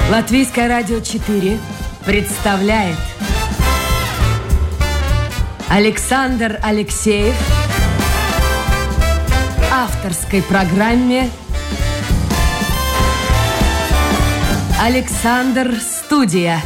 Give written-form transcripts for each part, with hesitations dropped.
Латвийское радио 4 представляет Александр Алексеев в авторской программе «Александр Студия».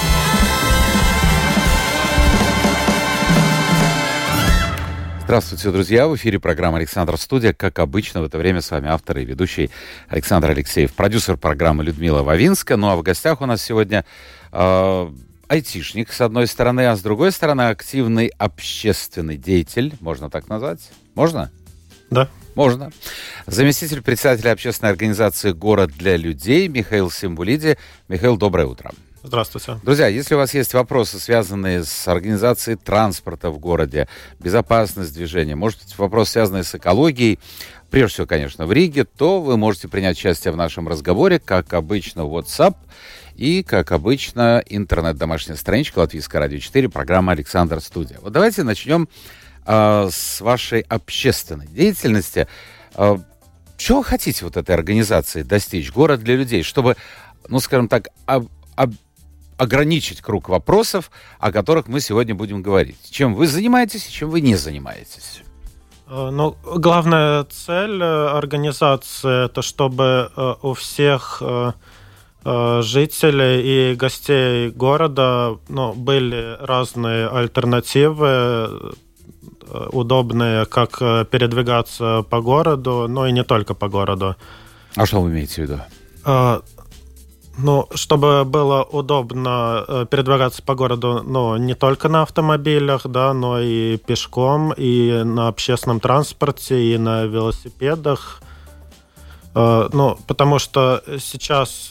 Здравствуйте, друзья! В эфире программа «Александр Студия». Как обычно, в это время с вами автор и ведущий Александр Алексеев, продюсер программы Людмила Вавинска. Ну а в гостях у нас сегодня айтишник, с одной стороны, а с другой стороны, активный общественный деятель, можно так назвать? Можно? Да. Можно. Заместитель председателя общественной организации «Город для людей» Михаил Симбулиди. Михаил, доброе утро. Здравствуйте. Друзья, если у вас есть вопросы, связанные с организацией транспорта в городе, безопасность движения, может быть, вопросы, связанные с экологией, прежде всего, конечно, в Риге, то вы можете принять участие в нашем разговоре, как обычно, в WhatsApp и, как обычно, интернет-домашняя страничка Латвийское радио 4, программа «Александр Студия». Вот давайте начнем с вашей общественной деятельности. Чего хотите вот этой организации достичь? «Город для людей», чтобы, ну, скажем так, ограничить круг вопросов, о которых мы сегодня будем говорить. Чем вы занимаетесь и чем вы не занимаетесь? Ну, главная цель организации – это чтобы у всех жителей и гостей города были разные альтернативы, удобные, как передвигаться по городу, но и не только по городу. А что вы имеете в виду? Чтобы было удобно передвигаться по городу, не только на автомобилях, да, но и пешком, и на общественном транспорте, и на велосипедах. Потому что сейчас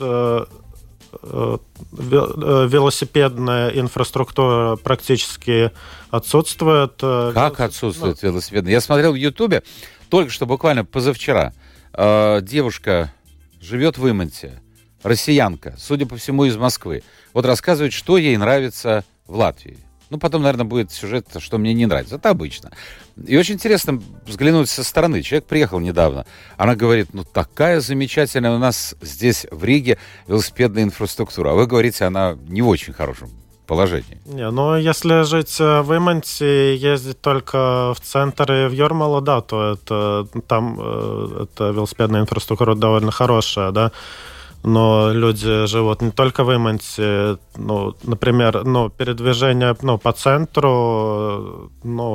велосипедная инфраструктура практически отсутствует. Как отсутствует велосипедная? Я смотрел в Ютубе, только что буквально позавчера, девушка живет в Иманте, россиянка, судя по всему, из Москвы. Вот рассказывает, что ей нравится в Латвии. Ну, потом, наверное, будет сюжет, что мне не нравится. Это обычно. И очень интересно взглянуть со стороны. Человек приехал недавно. Она говорит, такая замечательная у нас здесь, в Риге, велосипедная инфраструктура. А вы говорите, она не в очень хорошем положении. Если жить в Иманте, ездить только в центр и в Юрмалу, да, то там эта велосипедная инфраструктура довольно хорошая, да. Но люди живут не только в Иманте, например, передвижение по центру,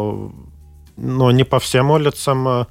не по всем улицам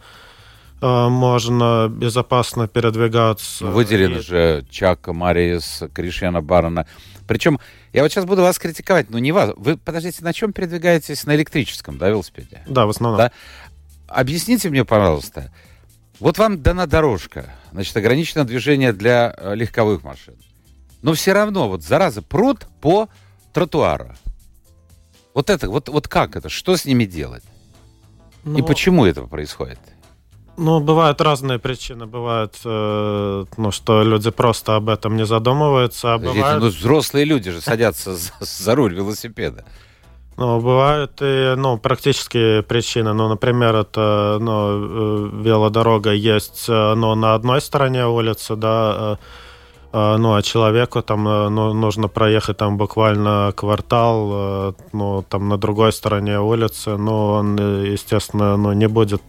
можно безопасно передвигаться. Выделены же Чака, Мариес, Кришьяна Барона. Причем, я вот сейчас буду вас критиковать, но не вас. Вы, подождите, на чем передвигаетесь? На электрическом, да, велосипеде? Да, в основном. Да? Объясните мне, пожалуйста, вот вам дана дорожка, значит, ограничено движение для легковых машин. Но все равно, зараза, прут по тротуару. Вот как это? Что с ними делать? И почему это происходит? Бывают разные причины. Бывает, что люди просто об этом не задумываются. Взрослые люди же садятся за руль велосипеда. Бывают и практические причины. Например, это велодорога есть на одной стороне улицы, да, а человеку там нужно проехать там буквально квартал, там на другой стороне улицы, он, естественно, не будет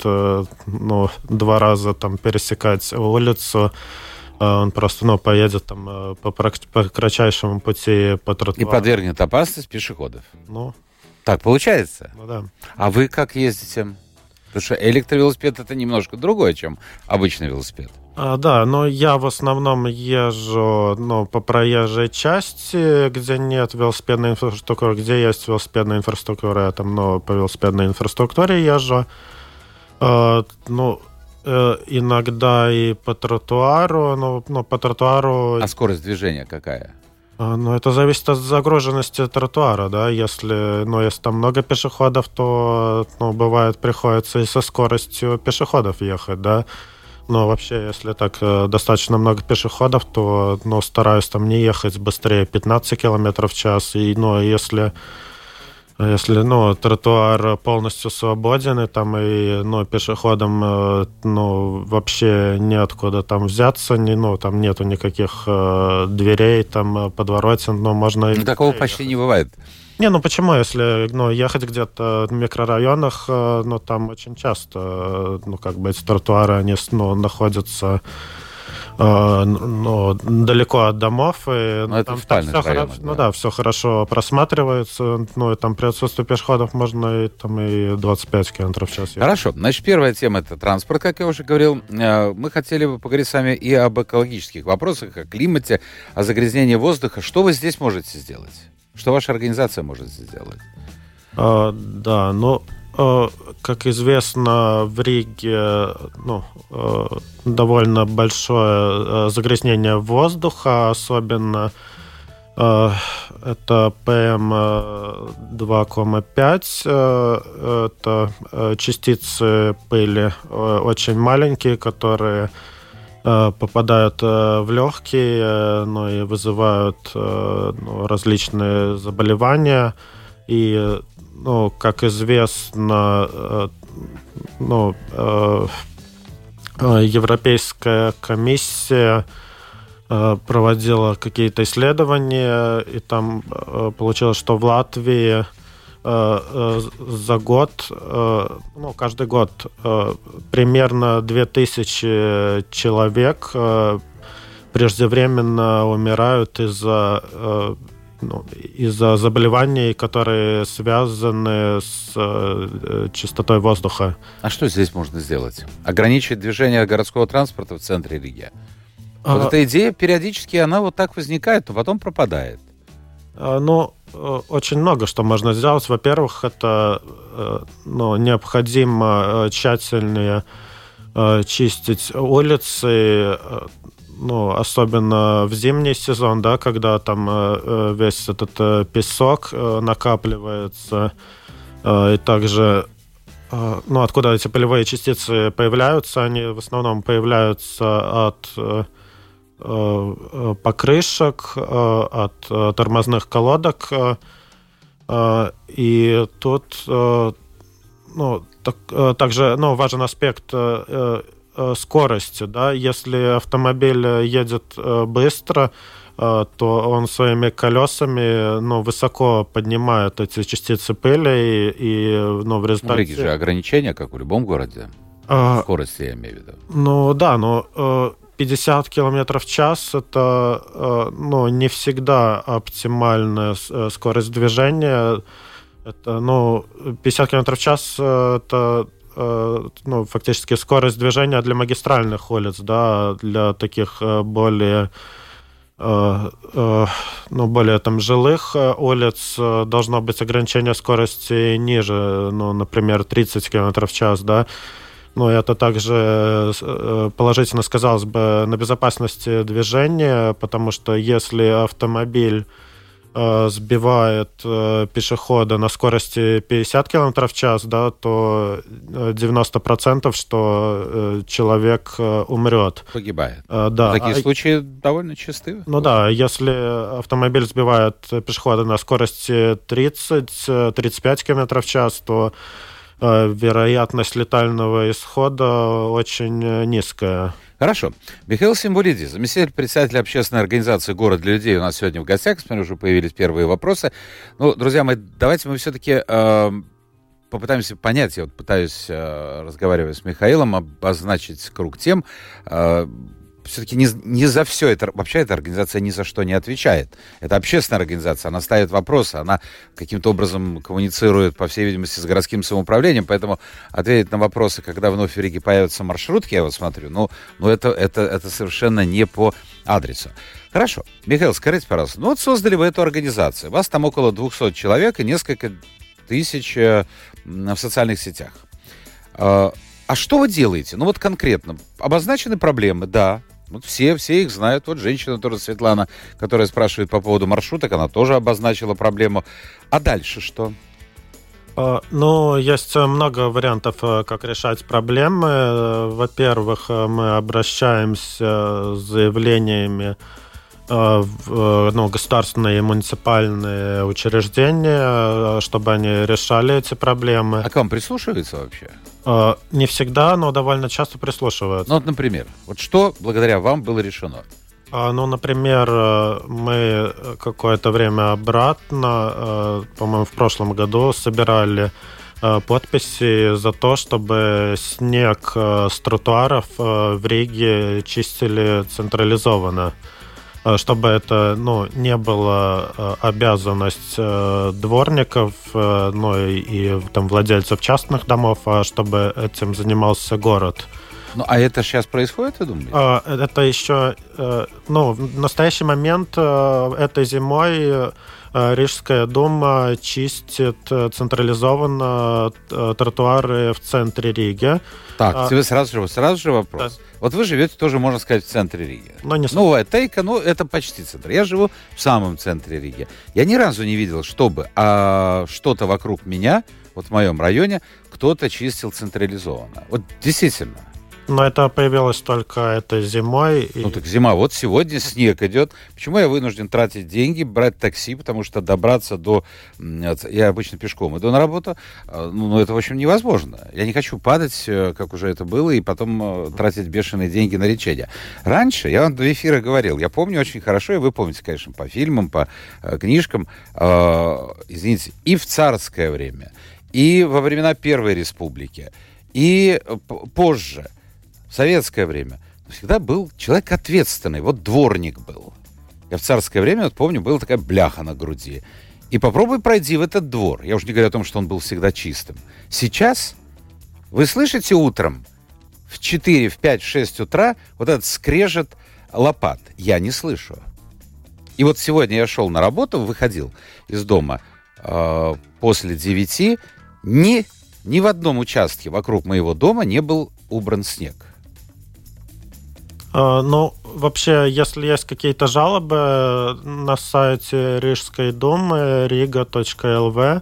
2 раза там пересекать улицу. Он просто поедет там по кратчайшему пути по тротуару. И подвергнет опасность пешеходов. Так получается? Да. А вы как ездите? Потому что электровелосипед это немножко другое, чем обычный велосипед. Да, но я в основном езжу по проезжей части, где нет велосипедной инфраструктуры, где есть велосипедная инфраструктура, я там по велосипедной инфраструктуре езжу. Иногда и по тротуару, по тротуару... А скорость движения какая? Это зависит от загруженности тротуара, да. Если там много пешеходов, то, бывает, приходится и со скоростью пешеходов ехать, да. Но вообще, если так достаточно много пешеходов, то, стараюсь там не ехать быстрее 15 км в час. И, если Если, тротуар полностью свободен, и там и, пешеходам, вообще неоткуда там взяться, там нету никаких дверей, там, подворотен, можно... Такого почти не бывает. Почему? Если, ехать где-то в микрорайонах, там очень часто, эти тротуары, они, находятся... далеко от домов, и там все хорошо, все хорошо просматривается, и там при отсутствии пешеходов можно и 25 км в час. Хорошо. Значит, первая тема — это транспорт, как я уже говорил. Мы хотели бы поговорить с вами и об экологических вопросах, о климате, о загрязнении воздуха. Что вы здесь можете сделать? Что ваша организация может сделать? Как известно, в Риге довольно большое загрязнение воздуха, особенно это ПМ2,5, это частицы пыли очень маленькие, которые попадают в легкие, и вызывают различные заболевания. И как известно, Европейская комиссия проводила какие-то исследования, и там получилось, что в Латвии за год, каждый год примерно 2000 человек преждевременно умирают из-за заболеваний, которые связаны с чистотой воздуха. А что здесь можно сделать? Ограничить движение городского транспорта в центре Риги? Вот эта идея периодически, она вот так возникает, а потом пропадает. Очень много что можно сделать. Во-первых, это необходимо тщательнее чистить улицы, особенно в зимний сезон, да, когда там весь этот песок накапливается, и также, откуда эти пылевые частицы появляются, они в основном появляются от покрышек, от тормозных колодок, и тут, также, важен аспект скорости, да, если автомобиль едет быстро, то он своими колесами, высоко поднимает эти частицы пыли, и в результате... В Риге же ограничения, как в любом городе, скорости, я имею в виду. 50 км в час — это, не всегда оптимальная скорость движения. Это, 50 км в час — это фактически скорость движения для магистральных улиц, да, для таких более там жилых улиц должно быть ограничение скорости ниже, например, 30 км в час, да. Это также положительно сказалось бы на безопасности движения, потому что если автомобиль сбивает пешехода на скорости 50 км в час, да, то 90%, что человек умрет. Погибает. Да. Такие случаи довольно частые. Если автомобиль сбивает пешехода на скорости 30-35 км в час, то вероятность летального исхода очень низкая. Хорошо. Михаил Симбулидис, заместитель председателя общественной организации «Город для людей», у нас сегодня в гостях. Смотрю, уже появились первые вопросы. Друзья мои, давайте мы все-таки попытаемся понять. Я пытаюсь, разговаривая с Михаилом, обозначить круг тем. Все-таки не за все это... Вообще эта организация ни за что не отвечает. Это общественная организация, она ставит вопросы, она каким-то образом коммуницирует, по всей видимости, с городским самоуправлением, поэтому ответить на вопросы, когда вновь в Риге появятся маршрутки, я смотрю, это совершенно не по адресу. Хорошо. Михаил, скажите, пожалуйста, создали вы эту организацию, вас там около 200 человек и несколько тысяч в социальных сетях. А что вы делаете? Конкретно. Обозначены проблемы, да. Все их знают. Женщина тоже, Светлана, которая спрашивает по поводу маршруток, она тоже обозначила проблему. А дальше что? Есть много вариантов, как решать проблемы. Во-первых, мы обращаемся с заявлениями государственные и муниципальные учреждения, чтобы они решали эти проблемы. А к вам прислушиваются вообще? Не всегда, но довольно часто прислушиваются. Ну, вот, например, вот что благодаря вам было решено? Например, мы какое-то время обратно, по-моему, в прошлом году собирали подписи за то, чтобы снег с тротуаров в Риге чистили централизованно. Чтобы это не было обязанность дворников, и там, владельцев частных домов, а чтобы этим занимался город. Ну, а это сейчас происходит, вы думаете? Это еще... в настоящий момент этой зимой Рижская дума чистит централизованно тротуары в центре Риги. Так, сразу же вопрос. Да. Вот вы живете тоже, можно сказать, в центре Риги. Новая Тейка, это почти центр. Я живу в самом центре Риги. Я ни разу не видел, чтобы что-то вокруг меня, вот в моем районе, кто-то чистил централизованно. Вот действительно. Но это появилось только этой зимой. Так зима. Вот сегодня снег идет. Почему я вынужден тратить деньги, брать такси? Потому что добраться до... Я обычно пешком иду на работу. Это, в общем, невозможно. Я не хочу падать, как уже это было, и потом тратить бешеные деньги на лечение. Раньше, я вам до эфира говорил, я помню очень хорошо, и вы помните, конечно, по фильмам, по книжкам, извините, и в царское время, и во времена Первой Республики, и позже, в советское время, всегда был человек ответственный. Вот дворник был. Я в царское время, помню, была такая бляха на груди. И попробуй пройди в этот двор. Я уже не говорю о том, что он был всегда чистым. Сейчас вы слышите утром в 4, в 5, в 6 утра вот этот скрежет лопат. Я не слышу. И вот сегодня я шел на работу, выходил из дома после 9. Ни в одном участке вокруг моего дома не был убран снег. Вообще, если есть какие-то жалобы на сайте Рижской думы riga.lv,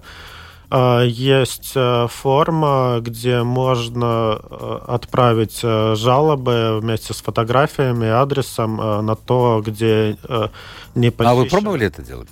есть форма, где можно отправить жалобы вместе с фотографиями и адресом на то, где не почищено. А вы пробовали это делать?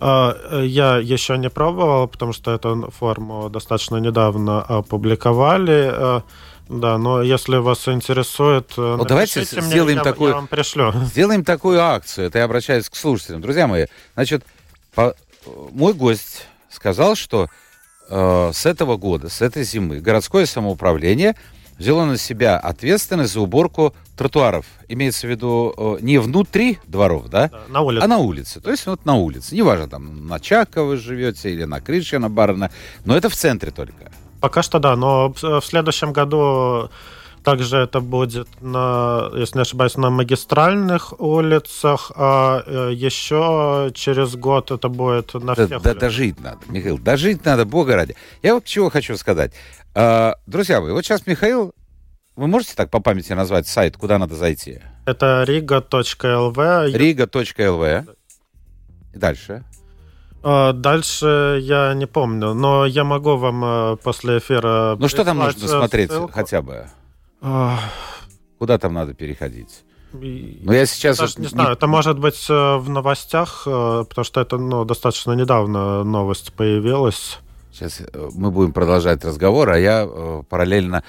Я еще не пробовал, потому что эту форму достаточно недавно опубликовали. Да, но если вас интересует, давайте сделаем я вам пришлю. Сделаем такую акцию. Это я обращаюсь к слушателям. Друзья мои, значит, мой гость сказал, что с этого года, с этой зимы, городское самоуправление взяло на себя ответственность за уборку тротуаров. Имеется в виду не внутри дворов, да? На улице. А на улице. То есть вот на улице. Неважно, там на Чака вы живете или на крыше на Барна, но это в центре только. Пока что да, но в следующем году также это будет, если не ошибаюсь, на магистральных улицах, а еще через год это будет на всех улицах. Дожить надо, Михаил, дожить надо, бога ради. Я вот чего хочу сказать. Друзья мои, вот сейчас Михаил, вы можете так по памяти назвать сайт, куда надо зайти? Это riga.lv. Riga.lv. И дальше? Дальше я не помню, но я могу вам после эфира... что там нужно смотреть ссылку. Хотя бы? Куда там надо переходить? Я сейчас... Даже не знаю, это может быть в новостях, потому что это достаточно недавно новость появилась. Сейчас мы будем продолжать разговор, а я параллельно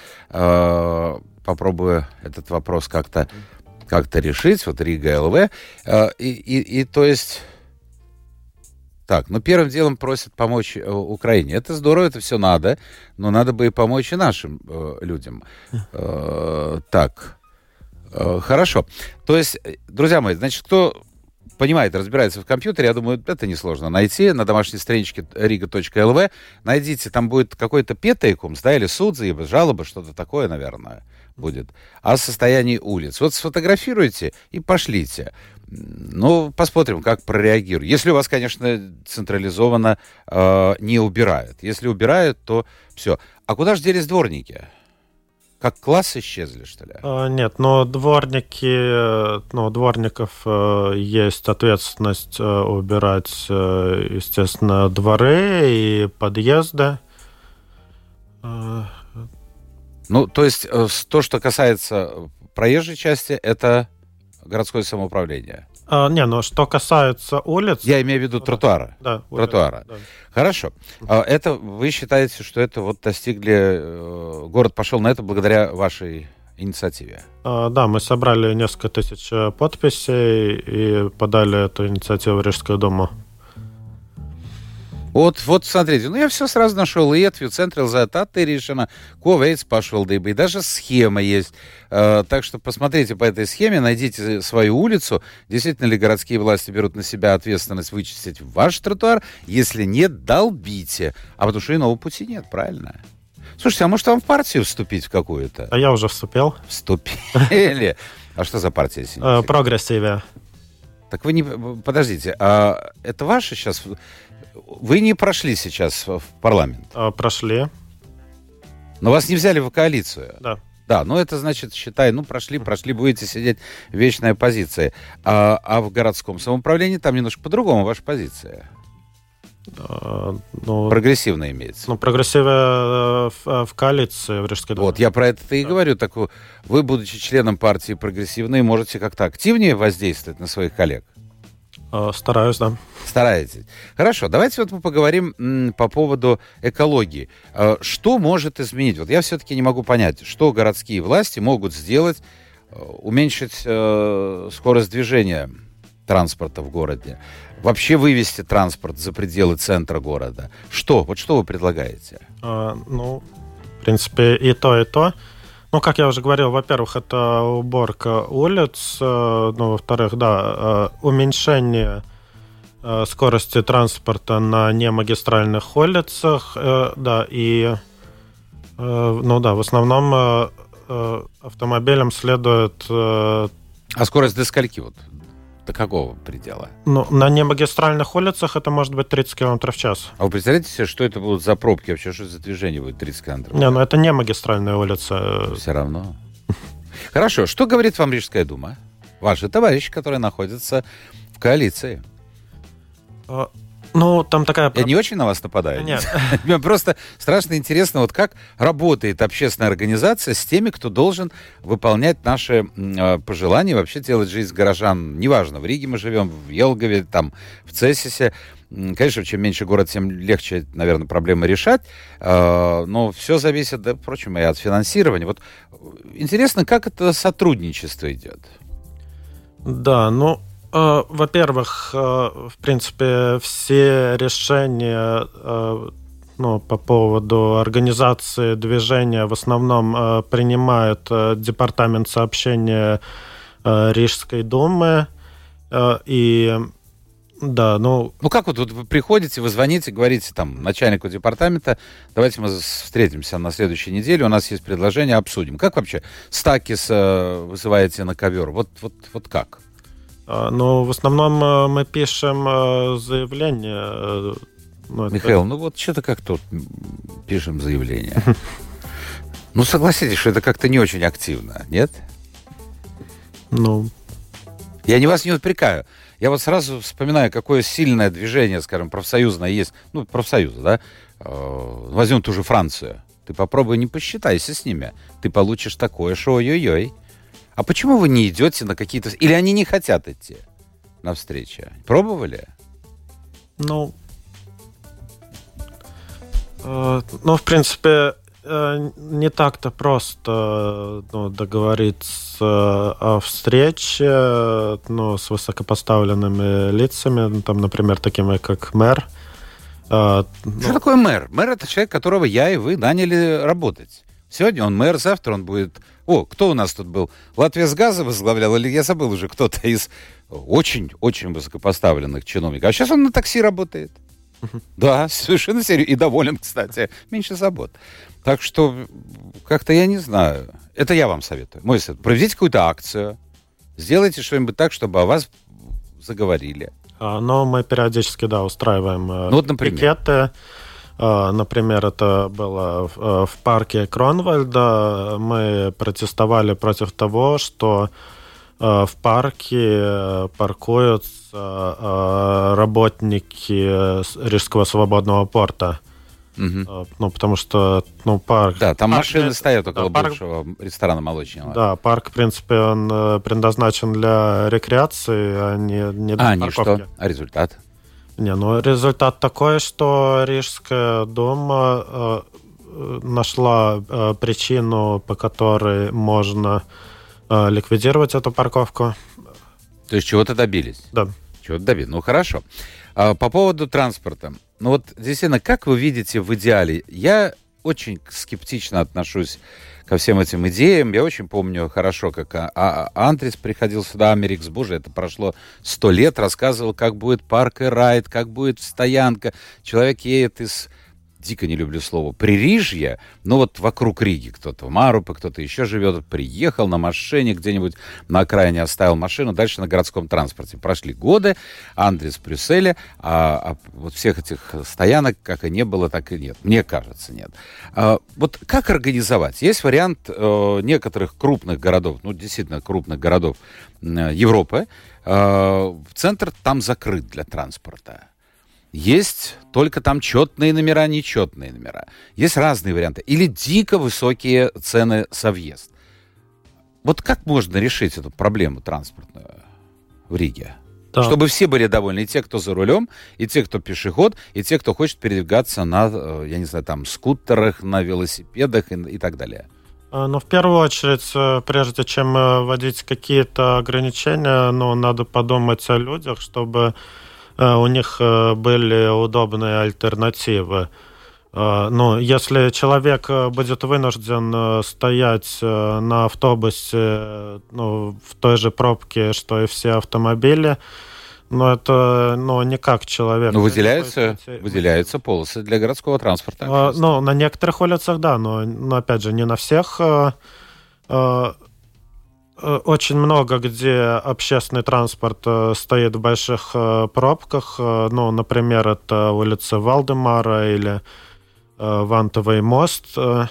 попробую этот вопрос как-то решить. Вот Рига ЛВ. И то есть... Так, первым делом просят помочь Украине. Это здорово, это все надо, но надо бы и помочь и нашим людям. Так, хорошо. То есть, друзья мои, значит, кто понимает, разбирается в компьютере, я думаю, это несложно найти на домашней страничке riga.lv. Найдите, там будет какой-то петейкумс, да, или судзы, жалоба, что-то такое, наверное, будет. О состоянии улиц. Вот сфотографируйте и пошлите. Посмотрим, как прореагируют. Если у вас, конечно, централизованно не убирают. Если убирают, то все. А куда же делись дворники? Как класс исчезли, что ли? Нет, но дворников есть ответственность убирать, естественно, дворы и подъезды. То есть то, что касается проезжей части, это... городское самоуправление. что касается улиц... Я имею в виду тротуара. Да, тротуара. Да. Хорошо. Это вы считаете, что это вот достигли... Город пошел на это благодаря вашей инициативе? Да, мы собрали несколько тысяч подписей и подали эту инициативу в Рижскую думу. Вот смотрите, я все сразу нашел. Латвию, централизация решена, ko veids pašvaldība, и даже схема есть. Так что посмотрите по этой схеме, найдите свою улицу. Действительно ли городские власти берут на себя ответственность вычистить ваш тротуар? Если нет, долбите. А потому что иного пути нет, правильно? Слушайте, а может вам в партию вступить в какую-то? А я уже вступил. Вступили? А что за партия? Прогрессивия. Так вы не... Подождите, а это ваше сейчас... Вы не прошли сейчас в парламент? Прошли. Но вас не взяли в коалицию? Да. Да, это значит, считай, прошли, будете сидеть в вечной оппозиции. А в городском самоуправлении там немножко по-другому ваша позиция. Прогрессивно имеется. Прогрессивная в коалиции в Рижской думе. Вот, я про это и говорю. Так вы, будучи членом партии прогрессивной, можете как-то активнее воздействовать на своих коллег? Стараюсь, да. Стараетесь. Хорошо, давайте мы поговорим по поводу экологии. Что может изменить? Я все-таки не могу понять, что городские власти могут сделать, уменьшить скорость движения транспорта в городе, вообще вывести транспорт за пределы центра города. Что вы предлагаете? В принципе, и то, и то. Как я уже говорил, во-первых, это уборка улиц, во-вторых, уменьшение скорости транспорта на немагистральных улицах, в основном автомобилям следует... А скорость до скольки? До какого предела? На немагистральных улицах это может быть 30 км в час. А вы представляете себе, что это будут за пробки вообще? Что за движение будет 30 км? Это не магистральная улица. Все равно. Хорошо. Что говорит вам Рижская дума? Ваши товарищи, которые находятся в коалиции. Там такая... Я не очень на вас нападаю? Нет. Мне просто страшно интересно, как работает общественная организация с теми, кто должен выполнять наши пожелания, вообще делать жизнь горожан, неважно, в Риге мы живем, в Елгове, в Цесисе. Конечно, чем меньше город, тем легче, наверное, проблемы решать, но все зависит, впрочем, и от финансирования. Интересно, как это сотрудничество идет? Да, во-первых, в принципе, все решения по поводу организации движения в основном принимает департамент сообщения Рижской думы. Как вы приходите, вы звоните, говорите начальнику департамента, давайте мы встретимся на следующей неделе, у нас есть предложение, обсудим. Как вообще Стакис вызываете на ковер? Вот как? В основном мы пишем заявление. Михаил, что-то как тут пишем заявление. Согласитесь, что это как-то не очень активно, нет? Я вас не упрекаю. Я сразу вспоминаю, какое сильное движение, скажем, профсоюзное есть. Профсоюзы, да? Возьмем ту же Францию. Ты попробуй не посчитайся с ними. Ты получишь такое, что ой-ой-ой. А почему вы не идете на какие-то... Или они не хотят идти на встречи? Пробовали? В принципе, не так-то просто договориться о встрече с высокопоставленными лицами, например, такими, как мэр. Что такое мэр? Мэр — это человек, которого я и вы наняли работать. Сегодня он мэр, завтра он будет... кто у нас тут был? Латвия с газа возглавлял, или я забыл уже, кто-то из очень-очень высокопоставленных чиновников. А сейчас он на такси работает. Да, совершенно серьезно. И доволен, кстати. Меньше забот. Так что, как-то я не знаю. Это я вам советую. Мой совет. Проведите какую-то акцию. Сделайте что-нибудь так, чтобы о вас заговорили. Мы периодически, устраиваем пикеты. Например, это было в парке Кронвальда. Мы протестовали против того, что в парке паркуются работники Рижского свободного порта. Потому что, парк... Да, там парк, машины стоят около парк, бывшего ресторана молочного. Да, парк, в принципе, он предназначен для рекреации, а не для парковки. Что? А результат? Результат такой, что Рижская дума нашла причину, по которой можно ликвидировать эту парковку. То есть чего-то добились? Да. Чего-то добились. Ну, хорошо. По поводу транспорта. Действительно, как вы видите в идеале? Я очень скептично отношусь ко всем этим идеям. Я очень помню хорошо, как Андрис приходил сюда, Америкс, боже, это прошло 100 лет, рассказывал, как будет парк и райд, как будет стоянка. Человек едет из... Дико не люблю слово Пририжья, но вокруг Риги кто-то, в Марупе, кто-то еще живет, приехал на машине где-нибудь на окраине, оставил машину, дальше на городском транспорте. Прошли годы, Андрис в Брюсселе, всех этих стоянок как и не было, так и нет. Мне кажется, нет. Как организовать? Есть вариант некоторых крупных городов, действительно крупных городов Европы, центр там закрыт для транспорта. Есть только там четные номера, нечетные номера. Есть разные варианты. Или дико высокие цены за въезд. Как можно решить эту проблему транспортную в Риге? Да. Чтобы все были довольны. И те, кто за рулем, и те, кто пешеход, и те, кто хочет передвигаться на, скутерах, на велосипедах и так далее. В первую очередь, прежде чем вводить какие-то ограничения, надо подумать о людях, чтобы... у них были удобные альтернативы. Если человек будет вынужден стоять на автобусе в той же пробке, что и все автомобили, это не как человек. Выделяются полосы для городского транспорта. На некоторых улицах, да, но опять же, не на всех. Очень много, где общественный транспорт стоит в больших пробках. Например, это улица Валдемара или Вантовый мост. А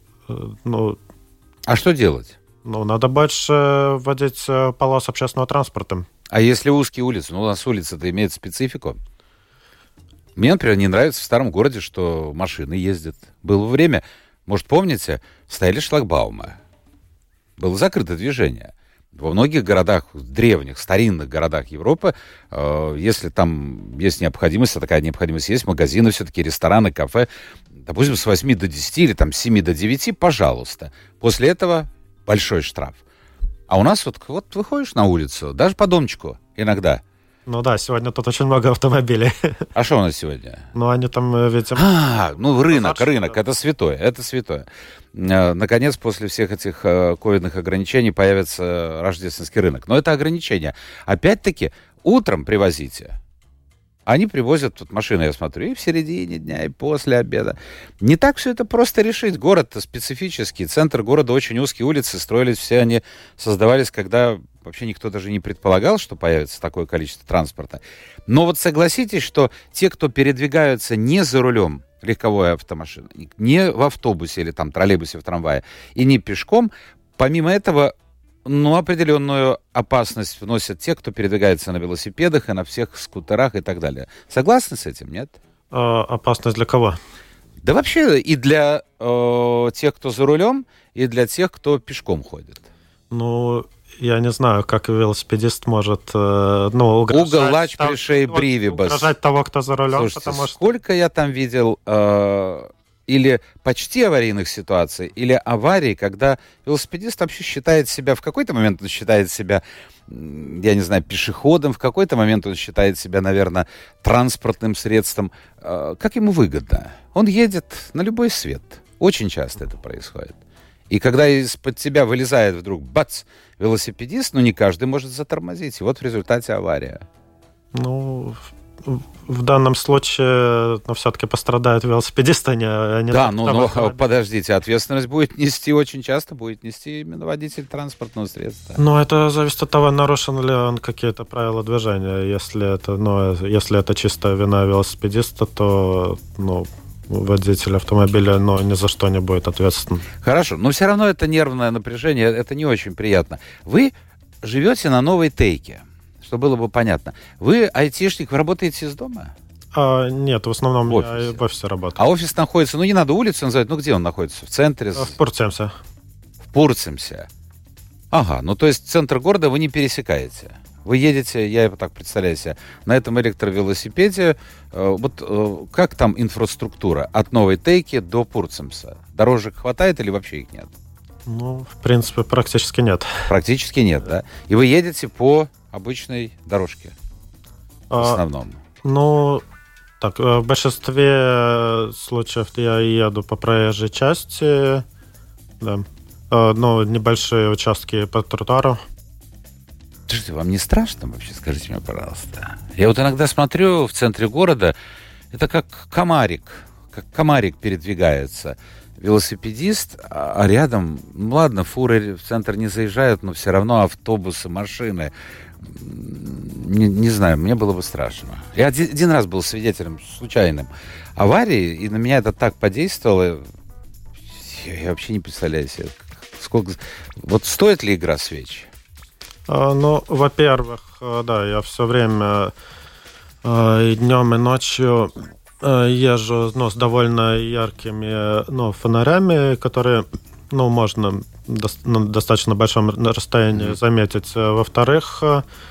что делать? Надо больше вводить полос общественного транспорта. А если узкие улицы? У нас улица-то имеет специфику. Мне, например, не нравится в старом городе, что машины ездят. Было время, может, помните, стояли шлагбаумы. Было закрыто движение. Во многих городах, древних, старинных городах Европы, если там есть необходимость, а такая необходимость есть, магазины все-таки, рестораны, кафе, допустим, с 8 до 10 или там с 7 до 9, пожалуйста. После этого большой штраф. А у нас выходишь на улицу, даже по домчику иногда. Да, сегодня тут очень много автомобилей. А что у нас сегодня? Они там, видимо... Рынок, это святое. Наконец, после всех этих ковидных ограничений появится рождественский рынок. Но это ограничение. Опять-таки, утром привозите. Они привозят машины, я смотрю, и в середине дня, и после обеда. Не так все это просто решить. Город-то специфический. Центр города очень узкие, улицы строились, все они создавались, когда вообще никто даже не предполагал, что появится такое количество транспорта. Но согласитесь, что те, кто передвигаются не за рулем легковой автомашины, не в автобусе или троллейбусе, в трамвае, и не пешком, помимо этого, определенную опасность вносят те, кто передвигается на велосипедах и на всех скутерах и так далее. Согласны с этим, нет? Опасность для кого? Да вообще и для тех, кто за рулем, и для тех, кто пешком ходит. Я не знаю, как велосипедист может угрожать... Угол лач пришей бривибас. Угрожать того, кто за рулем. Слушайте, сколько я там видел или почти аварийных ситуаций, или аварий, когда велосипедист вообще считает себя, в какой-то момент он считает себя, я не знаю, пешеходом, в какой-то момент он считает себя, наверное, транспортным средством. Как ему выгодно? Он едет на любой свет. Очень часто это происходит. И когда из-под тебя вылезает вдруг, бац, велосипедист, не каждый может затормозить. И в результате авария. В данном случае, все-таки пострадают велосипедисты, а не да, но подождите, ответственность будет нести очень часто, будет нести именно водитель транспортного средства. Это зависит от того, нарушен ли он какие-то правила движения. Если это чистая вина велосипедиста, то, водитель автомобиля, ни за что не будет ответственен. Хорошо, но все равно это нервное напряжение, это не очень приятно. Вы живете на Новой Тейке, что было бы понятно. Вы айтишник, вы работаете из дома? Нет, в основном в я в офисе работаю. А офис находится, не надо улицу называть, где он находится? В центре? В Пурцемсе. В Пурцемсе. Ага, то есть центр города вы не пересекаете. Вы едете, я так представляю себе, на этом электровелосипеде. Как там инфраструктура от Новой Тейки до Пурцемса? Дорожек хватает или вообще их нет? В принципе, практически нет. Практически нет, да? И вы едете по обычной дорожке в основном? В большинстве случаев я еду по проезжей части, да. Небольшие участки по тротуару. Слушайте, вам не страшно вообще? Скажите мне, пожалуйста. Я иногда смотрю в центре города, это как комарик передвигается. Велосипедист, а рядом, ладно, фуры в центр не заезжают, но все равно автобусы, машины. Не знаю, мне было бы страшно. Я один раз был свидетелем случайным аварии, и на меня это так подействовало. Я вообще не представляю себе, сколько... стоит ли игра свеч? Во-первых, да, я все время и днем, и ночью езжу с довольно яркими фонарями, которые можно на достаточно большом расстоянии заметить. Во-вторых,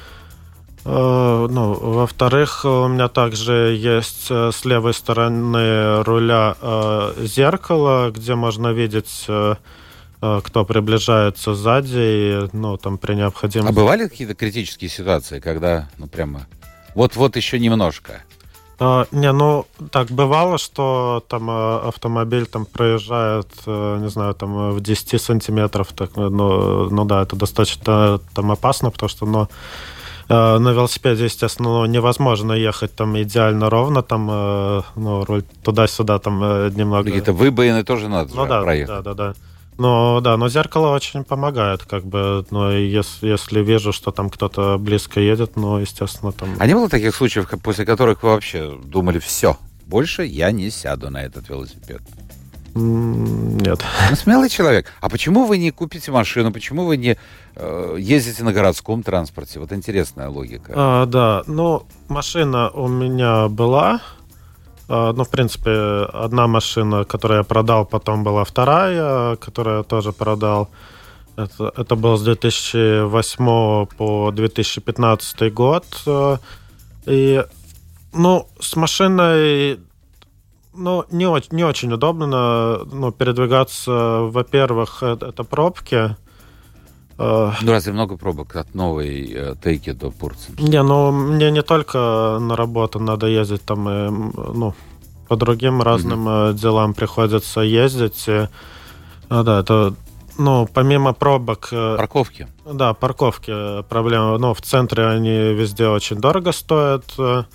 у меня также есть с левой стороны руля зеркало, где можно видеть, кто приближается сзади, и, там при необходимости... А бывали какие-то критические ситуации, когда, прямо, вот еще немножко? Так бывало, что там автомобиль проезжает, не знаю, в 10 сантиметров, да, это достаточно опасно, потому что, на велосипеде, естественно, невозможно ехать идеально ровно, руль туда-сюда немного... Какие-то выбоины тоже надо проехать. Да. Но зеркало очень помогает, если вижу, что там кто-то близко едет, естественно, там... А не было таких случаев, после которых вы вообще думали, все, больше я не сяду на этот велосипед? Нет. Смелый человек. А почему вы не купите машину? Почему вы не ездите на городском транспорте? Вот интересная логика. Да, машина у меня была. В принципе, одна машина, которую я продал, потом была вторая, которую я тоже продал. Это было с 2008 по 2015 год. И, с машиной, не очень удобно, передвигаться. Во-первых, это пробки. Разве много пробок от Новой Тейки до Пурцемса? Мне не только на работу надо ездить, по другим разным делам приходится ездить. Да, это, помимо пробок... Парковки? Да, парковки проблема. В центре они везде очень дорого стоят.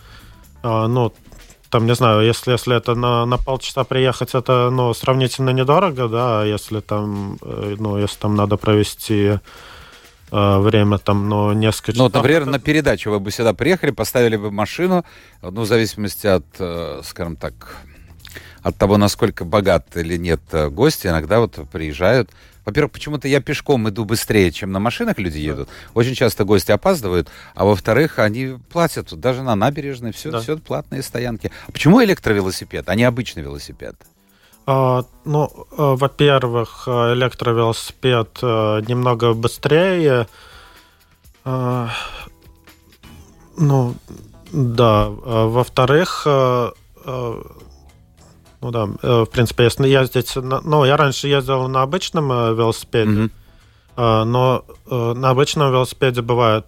Не знаю, если это на полчаса приехать, это, сравнительно недорого, да, если если там надо провести время, несколько часов. Например, на передачу вы бы сюда приехали, поставили бы машину, в зависимости от, скажем так, от того, насколько богат или нет гости, иногда приезжают. Во-первых, почему-то я пешком иду быстрее, чем на машинах люди едут. Очень часто гости опаздывают. А во-вторых, они платят. Даже на набережной все платные стоянки. А почему электровелосипед, а не обычный велосипед? Во-первых, электровелосипед немного быстрее. Да. Во-вторых... в принципе, если ездить... я раньше ездил на обычном велосипеде, но на обычном велосипеде бывает,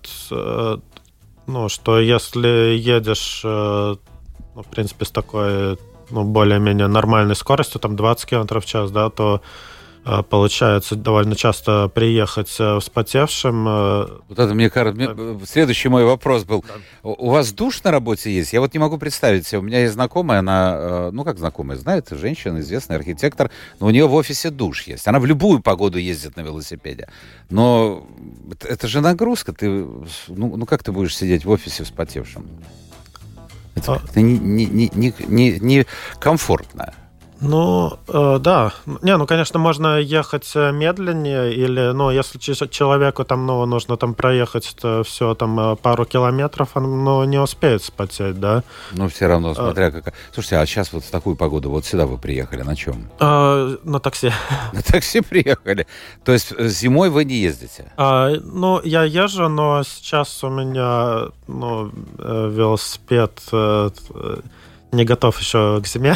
что если едешь, в принципе, с такой, более-менее нормальной скоростью, 20 км в час, да, то получается довольно часто приехать вспотевшим. Вот это, мне кажется, следующий мой вопрос был. Да. У вас душ на работе есть? Я не могу представить себе. У меня есть знакомая, она, как знакомая, знает, женщина, известный архитектор, но у нее в офисе душ есть. Она в любую погоду ездит на велосипеде. Но это же нагрузка. Ты, как ты будешь сидеть в офисе вспотевшим? Это не комфортно. Да. Не, конечно, можно ехать медленнее, или, если человеку там, нужно там проехать все там пару километров, он не успеет спотеть, да? Все равно, смотря как... Слушайте, а сейчас вот в такую погоду, вот сюда вы приехали, на чем? На такси. На такси приехали? То есть зимой вы не ездите? Я езжу, но сейчас у меня, велосипед не готов еще к зиме.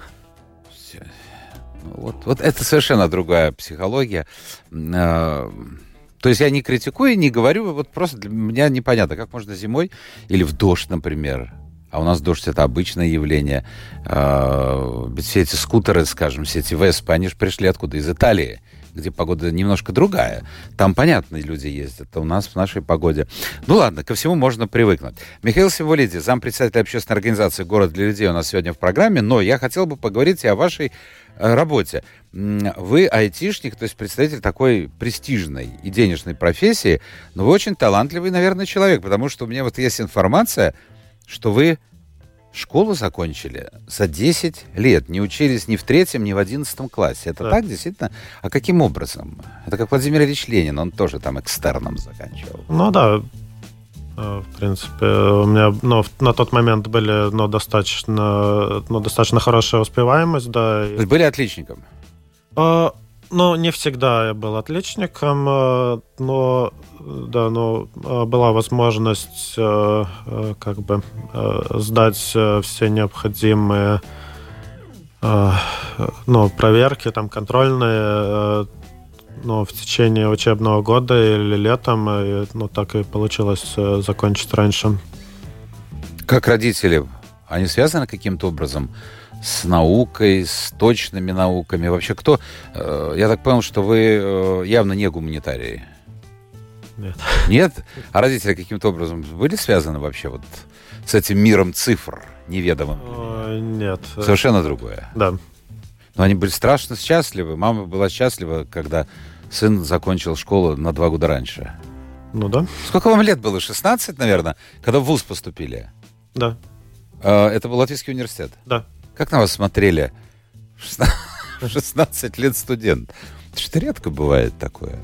Вот это совершенно другая психология. То есть я не критикую, не говорю, вот просто для меня непонятно, как можно зимой или в дождь, например. А у нас дождь — это обычное явление. Ведь все эти скутеры, скажем, все эти веспы, они же пришли откуда? Из Италии, где погода немножко другая. Там, понятно, люди ездят. А у нас в нашей погоде... Ладно, ко всему можно привыкнуть. Михаил Символидзе, зампредседателя общественной организации «Город для людей» у нас сегодня в программе, но я хотел бы поговорить и о вашей работе. Вы айтишник, то есть представитель такой престижной и денежной профессии, но вы очень талантливый, наверное, человек, потому что у меня вот есть информация, что вы школу закончили за 10 лет, не учились ни в 3-м, ни в 11 классе. Это так, действительно? А каким образом? Это как Владимир Ильич Ленин, он тоже там экстерном заканчивал. Да. В принципе, у меня на тот момент были достаточно хорошая успеваемость, да. То есть были отличником? Не всегда я был отличником, но была возможность сдать все необходимые проверки, там, контрольные, в течение учебного года или летом, и, так и получилось закончить раньше. Как родители, они связаны каким-то образом с наукой, с точными науками? Вообще кто? Я так понял, что вы явно не гуманитарии. Нет. Нет? А родители каким-то образом были связаны вообще вот с этим миром цифр неведомым? Нет. Совершенно другое? Да. Но они были страшно счастливы. Мама была счастлива, когда сын закончил школу на 2 года раньше. Да. Сколько вам лет было? 16, наверное, когда в вуз поступили? Да. Это был Латвийский университет? Да. Как на вас смотрели 16 лет студент? Это что редко бывает такое.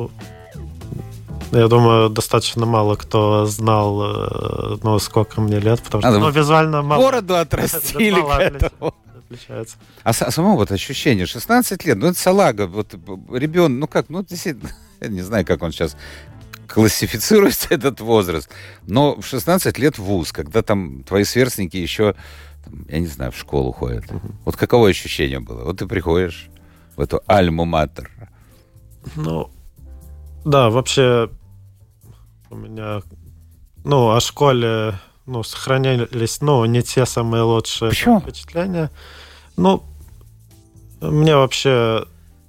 Я думаю, достаточно мало кто знал, сколько мне лет, потому что визуально мало. Бороду отрастили к этому. Отличается. А само вот ощущение, 16 лет, это салага, вот ребенок, действительно, я не знаю, как он сейчас классифицируется, этот возраст, но в 16 лет в вуз, когда там твои сверстники еще, я не знаю, в школу ходят. Вот каково ощущение было? Вот ты приходишь в эту альма-матер. Да, вообще у меня, о школе, сохранились, не те самые лучшие впечатления. Мне вообще,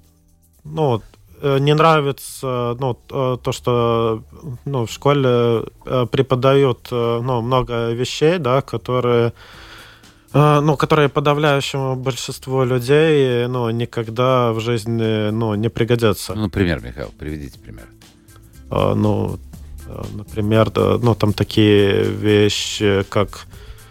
не нравится, то, что, в школе преподают, много вещей, да, которые подавляющему большинству людей, никогда в жизни, не пригодятся. Например, Михаил, приведите пример. Например, там такие вещи, как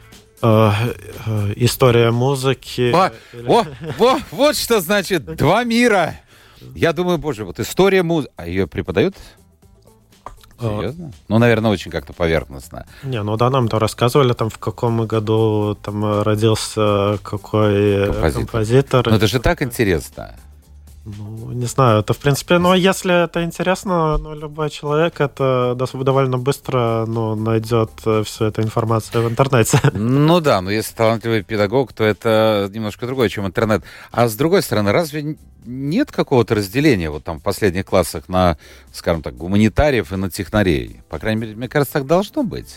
история музыки. Вот что значит 2 мира. Я думаю, боже, вот история музыки. А ее преподают? Серьезно? Наверное, очень как-то поверхностно. Нам-то рассказывали, там, в каком году там родился какой композитор. Это же так интересно. Не знаю, это, в принципе, если это интересно, любой человек это довольно быстро, найдет всю эту информацию в интернете. Да, но если талантливый педагог, то это немножко другое, чем интернет. А с другой стороны, разве нет какого-то разделения вот там в последних классах на, скажем так, гуманитариев и на технарей? По крайней мере, мне кажется, так должно быть.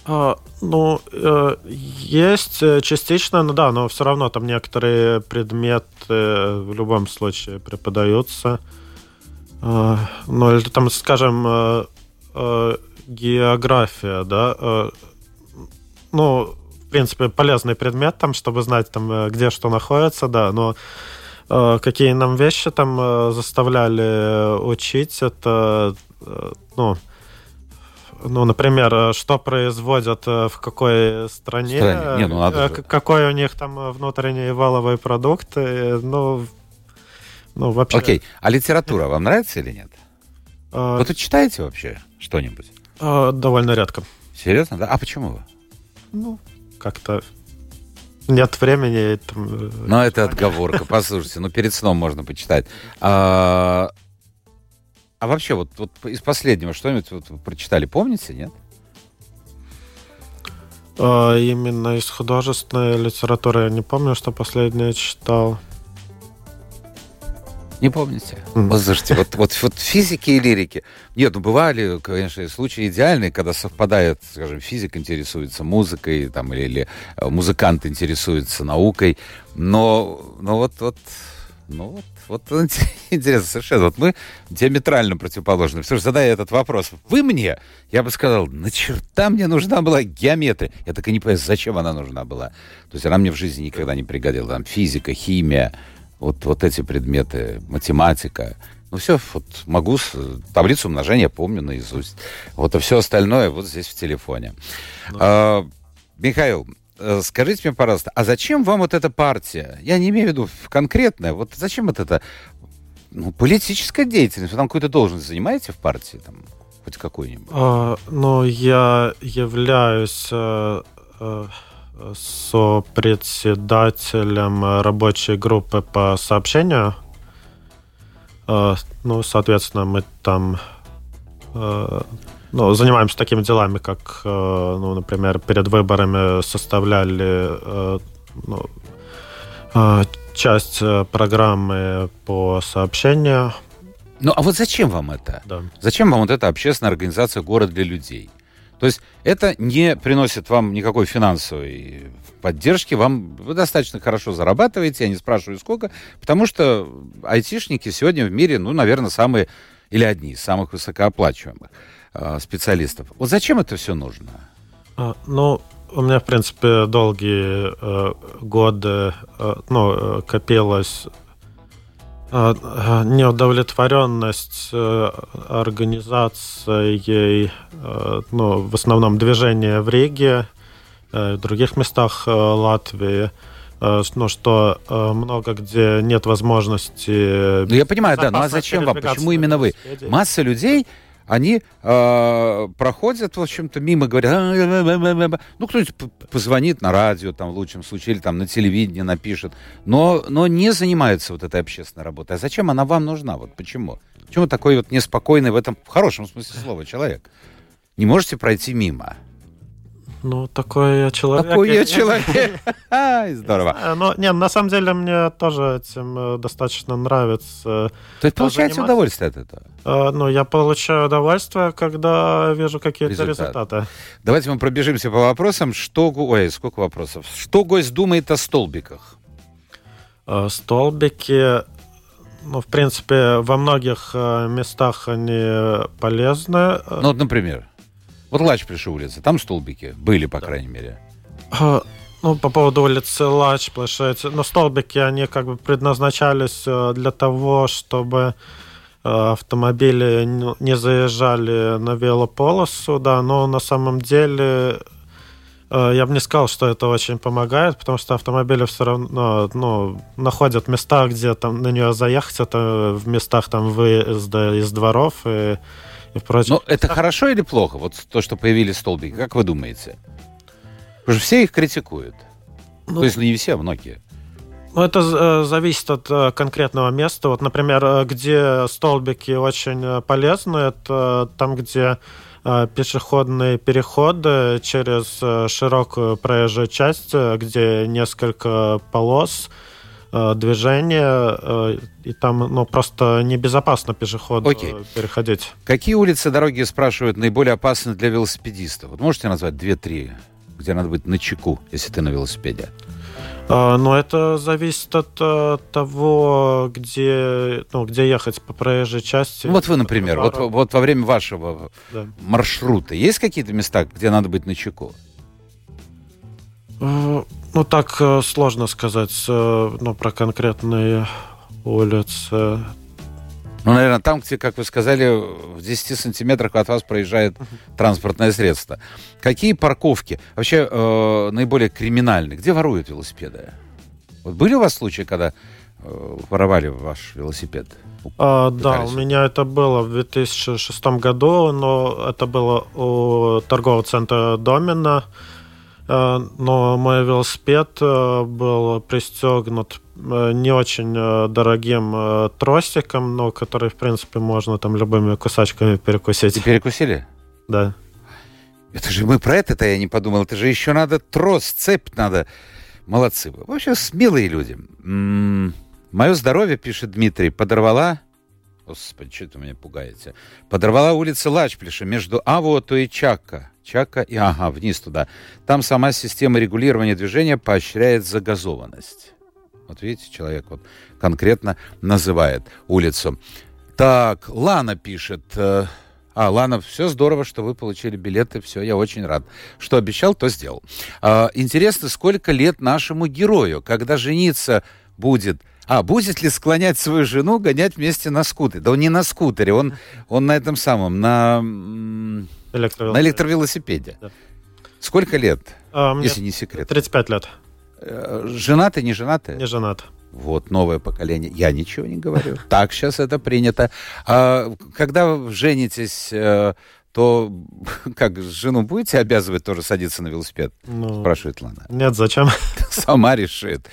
Есть частично, но все равно там некоторые предметы в любом случае преподаются. Или там, скажем, география, да. В принципе, полезный предмет там, чтобы знать, там, где что находится, да, но какие нам вещи там заставляли учить, это, ну, например, что производят в какой стране, Не, ну, надо же. какой у них там внутренний валовый продукт, ну, вообще... Окей, а литература вам нравится или нет? Вы тут читаете вообще что-нибудь? Довольно редко. Серьезно? Да? А почему? Ну, как-то нет времени. Ну, это отговорка, послушайте, перед сном можно почитать. А вообще, вот из последнего что-нибудь вы прочитали, помните, нет? Именно из художественной литературы я не помню, что последнее читал. Не помните? Вот, слушайте, вот физики и лирики. Нет, бывали, конечно, случаи идеальные, когда совпадает, скажем, физик интересуется музыкой, там, или музыкант интересуется наукой, но интересно совершенно. Вот мы диаметрально противоположны. Потому что, задая этот вопрос, вы мне, я бы сказал, на черта мне нужна была геометрия. Я так и не понимаю, зачем она нужна была. То есть она мне в жизни никогда не пригодилась. Там физика, химия, вот эти предметы, математика. Ну все, вот могу, таблицу умножения помню наизусть. Вот, а все остальное вот здесь в телефоне. Михаил, скажите мне, пожалуйста, а зачем вам вот эта партия? Я не имею в виду конкретная. Вот зачем вот это политическая деятельность? Вы там какую-то должность занимаете в партии? Там, хоть какую-нибудь? Я являюсь сопредседателем рабочей группы по сообщению. Соответственно, мы там занимаемся такими делами, как, например, перед выборами составляли часть программы по сообщению. Ну, а вот зачем вам это? Да. Зачем вам вот эта общественная организация «Город для людей»? То есть это не приносит вам никакой финансовой поддержки, вы достаточно хорошо зарабатываете, я не спрашиваю сколько, потому что айтишники сегодня в мире, наверное, самые или одни из самых высокооплачиваемых специалистов. Вот зачем это все нужно? У меня, в принципе, долгие годы копилась неудовлетворенность организацией, в основном движения в Риге, в других местах Латвии, что много где нет возможности... Я понимаю, да, а зачем вам? Почему именно вы? Масса людей, они проходят, в общем-то, мимо, говорят, кто-нибудь позвонит на радио, там, в лучшем случае, или там на телевидении напишет, но не занимаются вот этой общественной работой. А зачем она вам нужна? Вот почему? Почему такой вот неспокойный в этом, в хорошем смысле слова, человек? Не можете пройти мимо? Такой я человек. Такой я человек. Здорово. На самом деле мне тоже этим достаточно нравится. То есть получаете удовольствие от этого? Я получаю удовольствие, когда вижу какие-то результаты. Давайте мы пробежимся по вопросам. Сколько вопросов? Что гость думает о столбиках? Столбики, в принципе, во многих местах они полезны. Например? Вот Лачплиша улица, там столбики были, по крайней мере. По поводу улицы Лачплиша, столбики, они как бы предназначались для того, чтобы автомобили не заезжали на велополосу, да, но на самом деле я бы не сказал, что это очень помогает, потому что автомобили все равно находят места, где там на нее заехать, это в местах там выезда из дворов и прочих. Но это хорошо или плохо? Вот то, что появились столбики, как вы думаете? Потому что все их критикуют. То есть не все, а многие. Это зависит от конкретного места. Вот, например, где столбики очень полезны, это там, где пешеходные переходы через широкую проезжую часть, где несколько полос движения, и там просто небезопасно пешеходу переходить. Какие улицы, дороги, спрашивают, наиболее опасны для велосипедистов? Вот можете назвать 2-3, где надо быть начеку, если ты на велосипеде? Это зависит от того, где ехать по проезжей части. Вот вы, например, вот во время вашего маршрута есть какие-то места, где надо быть начеку? Так сложно сказать про конкретные улицы. Ну, наверное, там, где, как вы сказали, в 10 сантиметрах от вас проезжает транспортное средство. Какие парковки вообще наиболее криминальные? Где воруют велосипеды? Вот были у вас случаи, когда воровали ваш велосипед? Да, у меня это было в 2006 году, но это было у торгового центра Домина. Но мой велосипед был пристегнут не очень дорогим тросиком, но который, в принципе, можно там любыми кусачками перекусить. И перекусили? Да. Это же мы про это-то я не подумал. Это же еще надо трос, цепь надо. Молодцы вы. Вообще смелые люди. Мое здоровье, пишет Дмитрий, подорвала... Господи, что это вы меня пугаете? Подорвала улица Лачплиша между Авуото и Чакка и... Ага, вниз туда. Там сама система регулирования движения поощряет загазованность. Вот видите, человек вот конкретно называет улицу. Так, Лана пишет... Лана, все здорово, что вы получили билеты, все, я очень рад. Что обещал, то сделал. Интересно, сколько лет нашему герою, когда жениться будет... будет ли склонять свою жену гонять вместе на скутере? Да он не на скутере, он на этом самом, на электровелосипеде. Да. Сколько лет, если не секрет? 35 лет. Женаты, не женаты? Не женат. Вот, новое поколение. Я ничего не говорю. Так сейчас это принято. Когда вы женитесь, то как, жену будете обязывать тоже садиться на велосипед? Спрашивает Лана. Нет, зачем? Сама решит.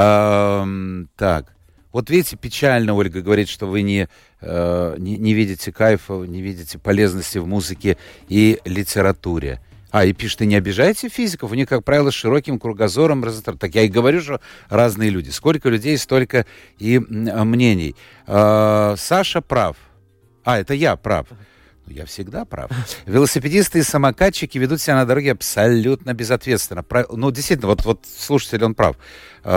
Так. Вот видите, печально Ольга говорит, что вы не видите кайфа, не видите полезности в музыке и литературе. И пишет, и не обижайте физиков, у них, как правило, с широким кругозором. Так я и говорю, что разные люди. Сколько людей, столько и мнений. Саша прав. Это я прав. Я всегда прав. Велосипедисты и самокатчики ведут себя на дороге абсолютно безответственно. Действительно, вот слушатель, он прав.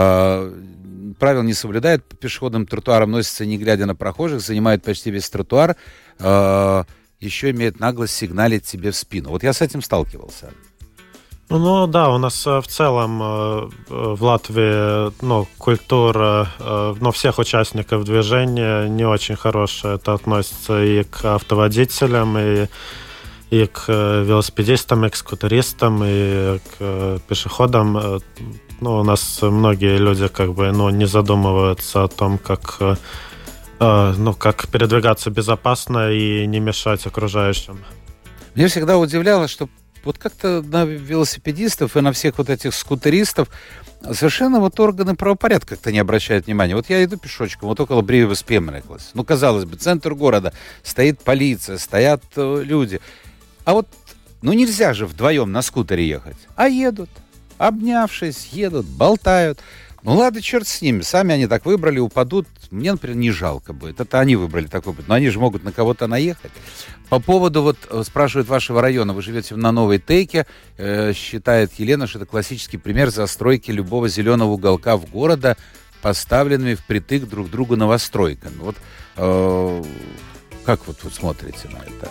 Правил не соблюдают, по пешеходным тротуарам носятся, не глядя на прохожих, занимают почти весь тротуар, еще имеют наглость сигналить тебе в спину. Вот я с этим сталкивался. Да, у нас в целом в Латвии культура всех участников движения не очень хорошая. Это относится и к автоводителям, и к велосипедистам, и к скутеристам, и к пешеходам. У нас многие люди не задумываются о том, как передвигаться безопасно и не мешать окружающим. Меня всегда удивляло, что вот как-то на велосипедистов и на всех вот этих скутеристов совершенно органы правопорядка как-то не обращают внимания. Вот я иду пешочком, вот около Брīvības piemineklis. Казалось бы, центр города, стоит полиция, стоят люди. Нельзя же вдвоем на скутере ехать. Едут, обнявшись, едут, болтают. Ладно, черт с ними, сами они так выбрали, упадут. Мне, например, не жалко будет. Это они выбрали такой путь. Но они же могут на кого-то наехать. По поводу, спрашивают, вашего района. Вы живете на Новой Тейке. Считает Елена, что это классический пример застройки любого зеленого уголка в города, поставленными впритык друг к другу новостройками. Как вы смотрите на это?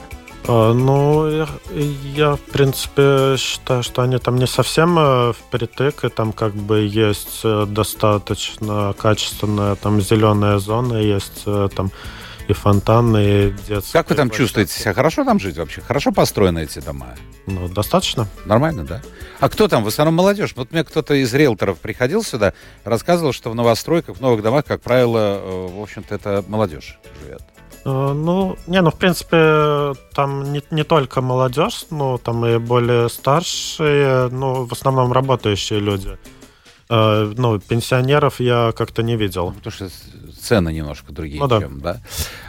Я, в принципе, считаю, что они там не совсем впритык, и там есть достаточно качественная зеленая зона, есть там и фонтаны, и детские. Как вы там чувствуете себя? Хорошо там жить вообще? Хорошо построены эти дома? Достаточно. Нормально, да? А кто там? В основном молодежь. Мне кто-то из риэлторов приходил сюда, рассказывал, что в новостройках, в новых домах, как правило, в общем-то, это молодежь живет. В принципе, там не только молодежь, но там и более старшие, в основном работающие люди. Пенсионеров я как-то не видел. Потому что цены немножко другие, чем, да.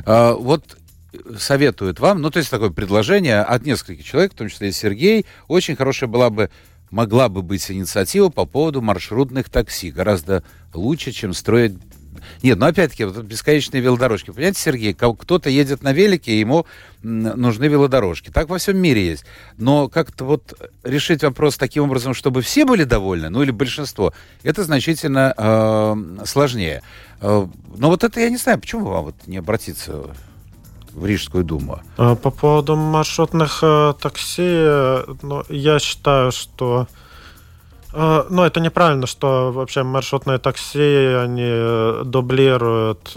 Советуют вам, то есть такое предложение от нескольких человек, в том числе и Сергей, очень хорошая могла бы быть инициатива по поводу маршрутных такси. Гораздо лучше, чем строить... Нет, опять-таки, бесконечные велодорожки. Понимаете, Сергей, кто-то едет на велике, и ему нужны велодорожки. Так во всем мире есть. Но как-то решить вопрос таким образом, чтобы все были довольны, или большинство, это значительно сложнее. Но это я не знаю, почему вам не обратиться в Рижскую думу? По поводу маршрутных такси, я считаю, что Ну, это неправильно, что вообще маршрутные такси, они дублируют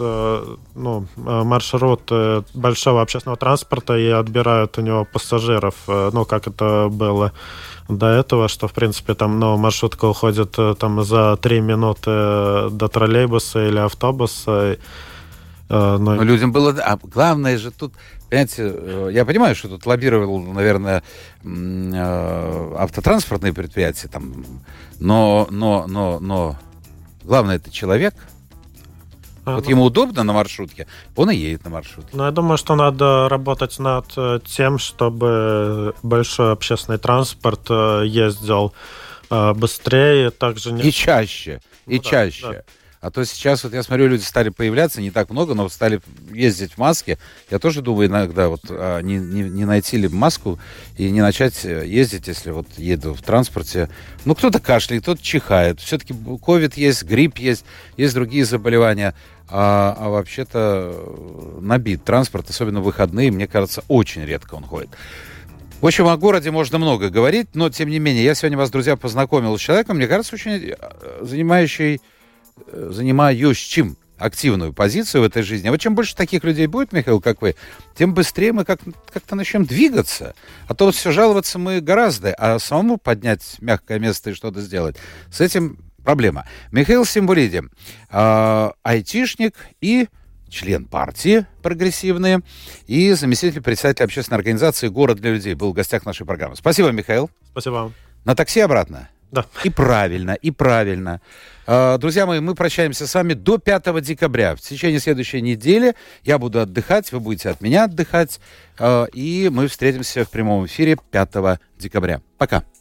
маршруты большого общественного транспорта и отбирают у него пассажиров, как это было до этого, что, в принципе, там, маршрутка уходит там за 3 минуты до троллейбуса или автобуса. Но людям было... А главное же тут... Понимаете, я понимаю, что тут лоббировал, наверное, автотранспортные предприятия, там, но главное, это человек. Вот ему удобно на маршрутке, он и едет на маршрутке. Я думаю, что надо работать над тем, чтобы большой общественный транспорт ездил быстрее, также... И чаще, чаще. Да. А то сейчас, вот я смотрю, люди стали появляться, не так много, но стали ездить в маске. Я тоже думаю иногда, не найти ли маску и не начать ездить, если вот еду в транспорте. Кто-то кашляет, кто-то чихает. Все-таки ковид есть, грипп есть другие заболевания. А вообще-то набит транспорт, особенно в выходные, мне кажется, очень редко он ходит. В общем, о городе можно много говорить, но, тем не менее, я сегодня вас, друзья, познакомил с человеком, мне кажется, очень занимающим активную позицию в этой жизни. А вот чем больше таких людей будет, Михаил, как вы, тем быстрее мы как-то начнем двигаться. А то вот все жаловаться мы гораздо, а самому поднять мягкое место и что-то сделать, с этим проблема. Михаил Симбулиди, айтишник и член партии «Прогрессивные» и заместитель председателя общественной организации «Город для людей» был в гостях нашей программы. Спасибо, Михаил. Спасибо вам. На такси обратно? Да. И правильно. Друзья мои, мы прощаемся с вами до 5 декабря. В течение следующей недели я буду отдыхать, вы будете от меня отдыхать. И мы встретимся в прямом эфире 5 декабря. Пока.